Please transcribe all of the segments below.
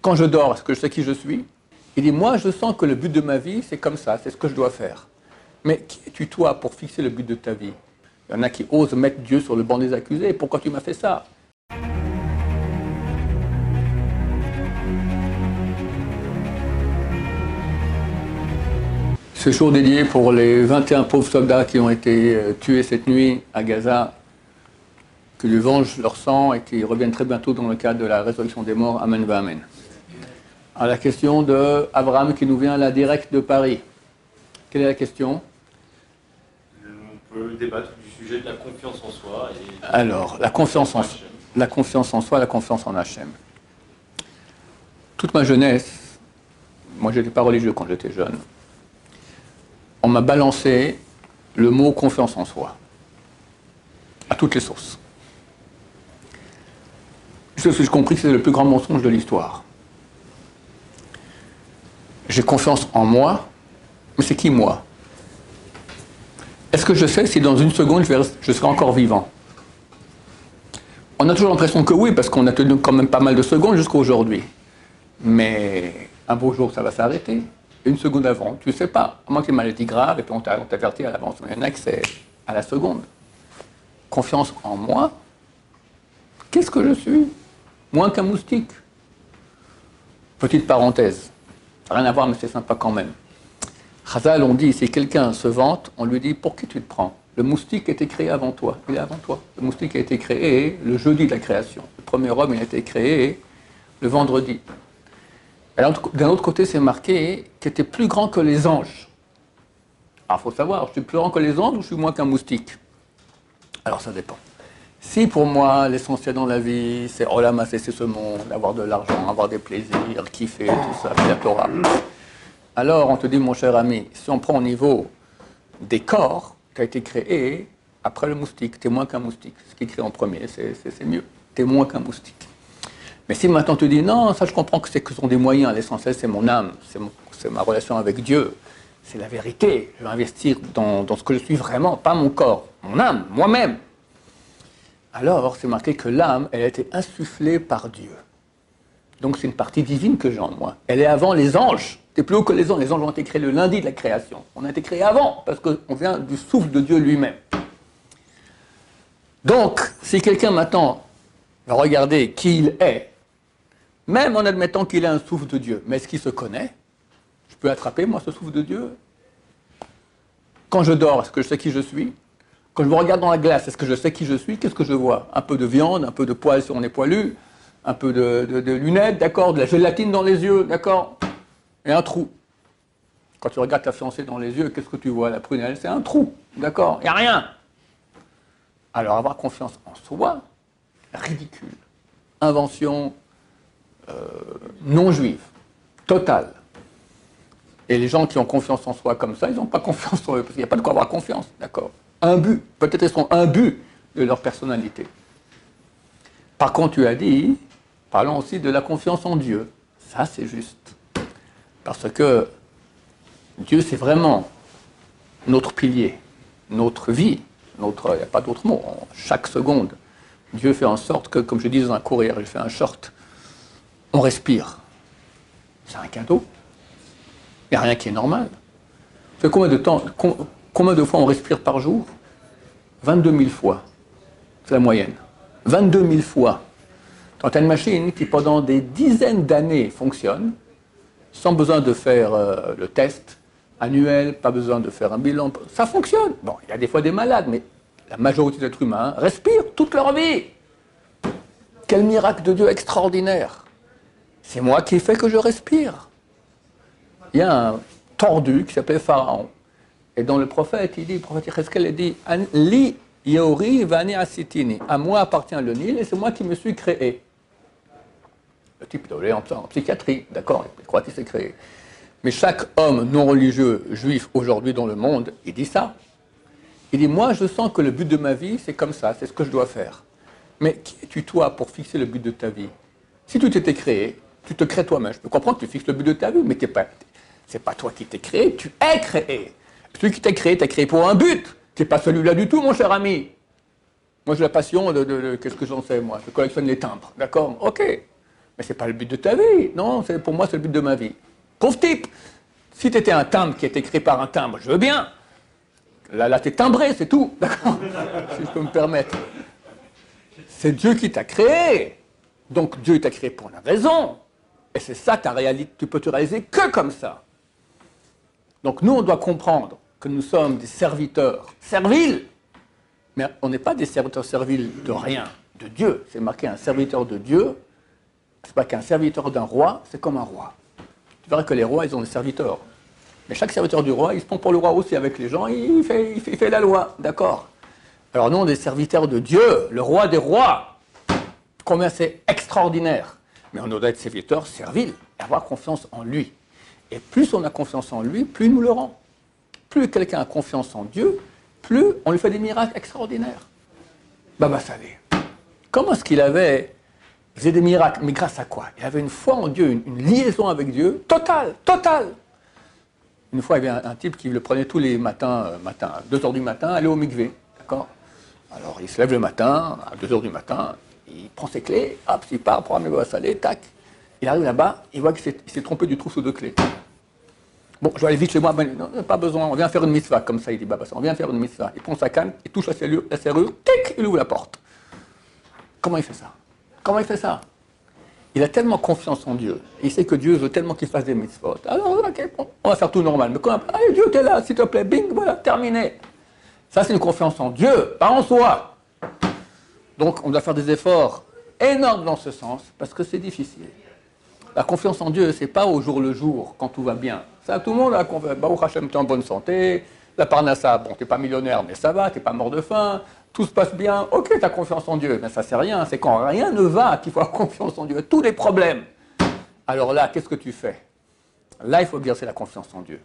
quand je dors, est-ce que je sais qui je suis? Il dit, moi, je sens que le but de ma vie, c'est comme ça, c'est ce que je dois faire. Mais qui es-tu, toi, pour fixer le but de ta vie? Il y en a qui osent mettre Dieu sur le banc des accusés. Pourquoi tu m'as fait ça? Ce jour dédié pour les 21 pauvres soldats qui ont été tués cette nuit à Gaza, que Dieu venge leur sang et qu'ils reviennent très bientôt dans le cadre de la résurrection des morts. Amen, va amen. À la question d'Abraham qui nous vient là direct de Paris. Quelle est la question? On peut débattre du sujet de la confiance en soi. Alors, la confiance en soi, la confiance en Hachem. Toute ma jeunesse, moi je n'étais pas religieux quand j'étais jeune, on m'a balancé le mot confiance en soi, à toutes les sources. J'ai compris que c'est le plus grand mensonge de l'histoire. J'ai confiance en moi, mais c'est qui moi? Est-ce que je sais si dans une seconde je serai encore vivant? On a toujours l'impression que oui, parce qu'on a tenu quand même pas mal de secondes jusqu'à aujourd'hui. Mais un beau jour, ça va s'arrêter. Une seconde avant, tu ne sais pas. À moins que c'est une maladie grave, et puis on t'avertit à l'avance. Mais il y en a que c'est à la seconde. Confiance en moi. Qu'est-ce que je suis? Moins qu'un moustique. Petite parenthèse. Ça n'a rien à voir, mais c'est sympa quand même. Chazal, on dit, si quelqu'un se vante, on lui dit, pour qui tu te prends? Le moustique a été créé avant toi. Il est avant toi. Le moustique a été créé le jeudi de la création. Le premier homme, il a été créé le vendredi. D'un autre côté, c'est marqué qu'il était plus grand que les anges. Alors, il faut savoir, je suis plus grand que les anges ou je suis moins qu'un moustique? Alors, ça dépend. Si pour moi, l'essentiel dans la vie, c'est ramasser ce monde, avoir de l'argent, avoir des plaisirs, kiffer, tout ça, faire la Torah, alors on te dit, mon cher ami, si on prend au niveau des corps, tu as été créé après le moustique, tu es moins qu'un moustique. Ce qui est créé en premier, c'est mieux. Tu es moins qu'un moustique. Mais si maintenant tu dis non, ça je comprends que ce sont des moyens, l'essentiel c'est mon âme, c'est ma relation avec Dieu, c'est la vérité, je vais investir dans ce que je suis vraiment, pas mon corps, mon âme, moi-même. Alors c'est marqué que l'âme, elle a été insufflée par Dieu. Donc c'est une partie divine que j'ai en moi. Elle est avant les anges, c'est plus haut que les anges ont été créés le lundi de la création. On a été créés avant, parce qu'on vient du souffle de Dieu lui-même. Donc, si quelqu'un maintenant va regarder qui il est, même en admettant qu'il a un souffle de Dieu, mais est-ce qu'il se connaît? Je peux attraper, moi, ce souffle de Dieu? Quand je dors, est-ce que je sais qui je suis? Quand je me regarde dans la glace, est-ce que je sais qui je suis? Qu'est-ce que je vois? Un peu de viande, un peu de poils si on est poilu, un peu de lunettes, d'accord? De la gélatine dans les yeux, d'accord? Et un trou. Quand tu regardes ta fiancée dans les yeux, qu'est-ce que tu vois? La prunelle, c'est un trou, d'accord? Il n'y a rien. Alors, avoir confiance en soi, ridicule. Invention non juive, totale. Et les gens qui ont confiance en soi comme ça, ils n'ont pas confiance en eux, parce qu'il n'y a pas de quoi avoir confiance, d'accord? Un but, peut-être ils sont un but de leur personnalité. Par contre, tu as dit, parlons aussi de la confiance en Dieu. Ça, c'est juste. Parce que Dieu, c'est vraiment notre pilier, notre vie, il n'y a pas d'autre mot. Chaque seconde, Dieu fait en sorte que, comme je dis dans un courrier, je fais un short, on respire. C'est un cadeau. Il n'y a rien qui est normal. C'est combien de fois on respire par jour? 22 000 fois. C'est la moyenne. 22 000 fois. Quand tu as une machine qui, pendant des dizaines d'années, fonctionne, sans besoin de faire le test annuel, pas besoin de faire un bilan, ça fonctionne. Bon, il y a des fois des malades, mais la majorité des êtres humains respirent toute leur vie. Quel miracle de Dieu extraordinaire! C'est moi qui fais que je respire. Il y a un tordu qui s'appelait Pharaon. Et dans le prophète, le prophète Yecheskel dit « Li Yori vani asitini » à moi appartient le Nil et c'est moi qui me suis créé. Le type il doit aller en psychiatrie, d'accord, il croit qu'il s'est créé. Mais chaque homme non religieux juif aujourd'hui dans le monde, il dit ça. Il dit « Moi, je sens que le but de ma vie, c'est comme ça, c'est ce que je dois faire. » Mais qui es-tu, toi, pour fixer le but de ta vie? Si tu t'étais créé, tu te crées toi-même. Je peux comprendre que tu fixes le but de ta vie, mais c'est pas toi qui t'es créé, tu es créé. Celui qui t'a créé pour un but. Tu n'es pas celui-là du tout, mon cher ami. Moi, j'ai la passion qu'est-ce que j'en sais, moi? Je collectionne les timbres, d'accord? Ok. Mais ce n'est pas le but de ta vie. Non, pour moi, c'est le but de ma vie. Pauvre type. Si tu étais un timbre qui est écrit par un timbre, je veux bien. Là tu es timbré, c'est tout. D'accord? Si je peux me permettre. C'est Dieu qui t'a créé. Donc Dieu t'a créé pour une raison. Et c'est ça ta réalité. Tu peux te réaliser que comme ça. Donc nous, on doit comprendre que nous sommes des serviteurs serviles. Mais on n'est pas des serviteurs serviles de rien, de Dieu. C'est marqué un serviteur de Dieu. C'est pas qu'un serviteur d'un roi, c'est comme un roi. Tu verras que les rois, ils ont des serviteurs. Mais chaque serviteur du roi, il se prend pour le roi aussi avec les gens, il fait la loi, d'accord? Alors nous, on est des serviteurs de Dieu, le roi des rois. Combien c'est extraordinaire. Mais on doit être serviteurs serviles et avoir confiance en lui. Et plus on a confiance en lui, plus il nous le rend. Plus quelqu'un a confiance en Dieu, plus on lui fait des miracles extraordinaires. Baba Saleh, comment est-ce qu'il faisait des miracles? Mais grâce à quoi? Il avait une foi en Dieu, une liaison avec Dieu totale, totale. Une fois, il y avait un type qui le prenait tous les matins, 2h du matin, aller au mikvé, d'accord? Alors, il se lève le matin, à 2h du matin, il prend ses clés, hop, il part pour amener Baba Saleh, tac. Il arrive là-bas, il voit qu'il s'est trompé du trousseau de clés. Bon, je vais aller vite chez moi, mais non, pas besoin, on vient faire une mitzvah, comme ça, il dit Baba Saleh, on vient faire une mitzvah. Il prend sa canne, il touche la serrure, tic, il ouvre la porte. Comment il fait ça? Comment il fait ça? Il a tellement confiance en Dieu. Il sait que Dieu veut tellement qu'il fasse des mitzvot. Alors, okay, on va faire tout normal. Mais quand allez, Dieu, t'es là, s'il te plaît, bing, voilà, terminé. Ça, c'est une confiance en Dieu, pas en soi. Donc, on doit faire des efforts énormes dans ce sens, parce que c'est difficile. La confiance en Dieu, c'est pas au jour le jour, quand tout va bien. Ça, tout le monde a confiance. Baruch Hashem, t'es en bonne santé. La parnassa, bon, t'es pas millionnaire, mais ça va, t'es pas mort de faim. Tout se passe bien, ok, tu as confiance en Dieu, mais ça c'est rien, c'est quand rien ne va qu'il faut avoir confiance en Dieu, tous les problèmes. Alors là, qu'est-ce que tu fais? Là, il faut exercer la confiance en Dieu.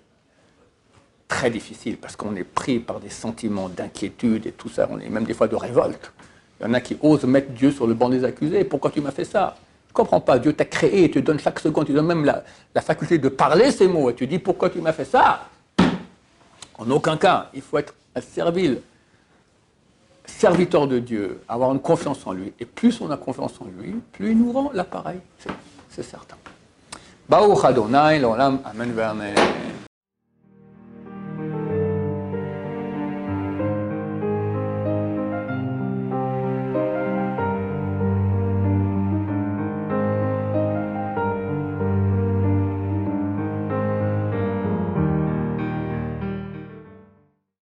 Très difficile, parce qu'on est pris par des sentiments d'inquiétude et tout ça, on est même des fois de révolte. Il y en a qui osent mettre Dieu sur le banc des accusés, pourquoi tu m'as fait ça? Je ne comprends pas, Dieu t'a créé, tu donnes chaque seconde, tu donnes même la faculté de parler ces mots, et tu dis pourquoi tu m'as fait ça? En aucun cas, il faut être serviteur de Dieu, avoir une confiance en lui. Et plus on a confiance en lui, plus il nous rend l'appareil. C'est certain. Baruch Adonai, l'olam, amen, amen.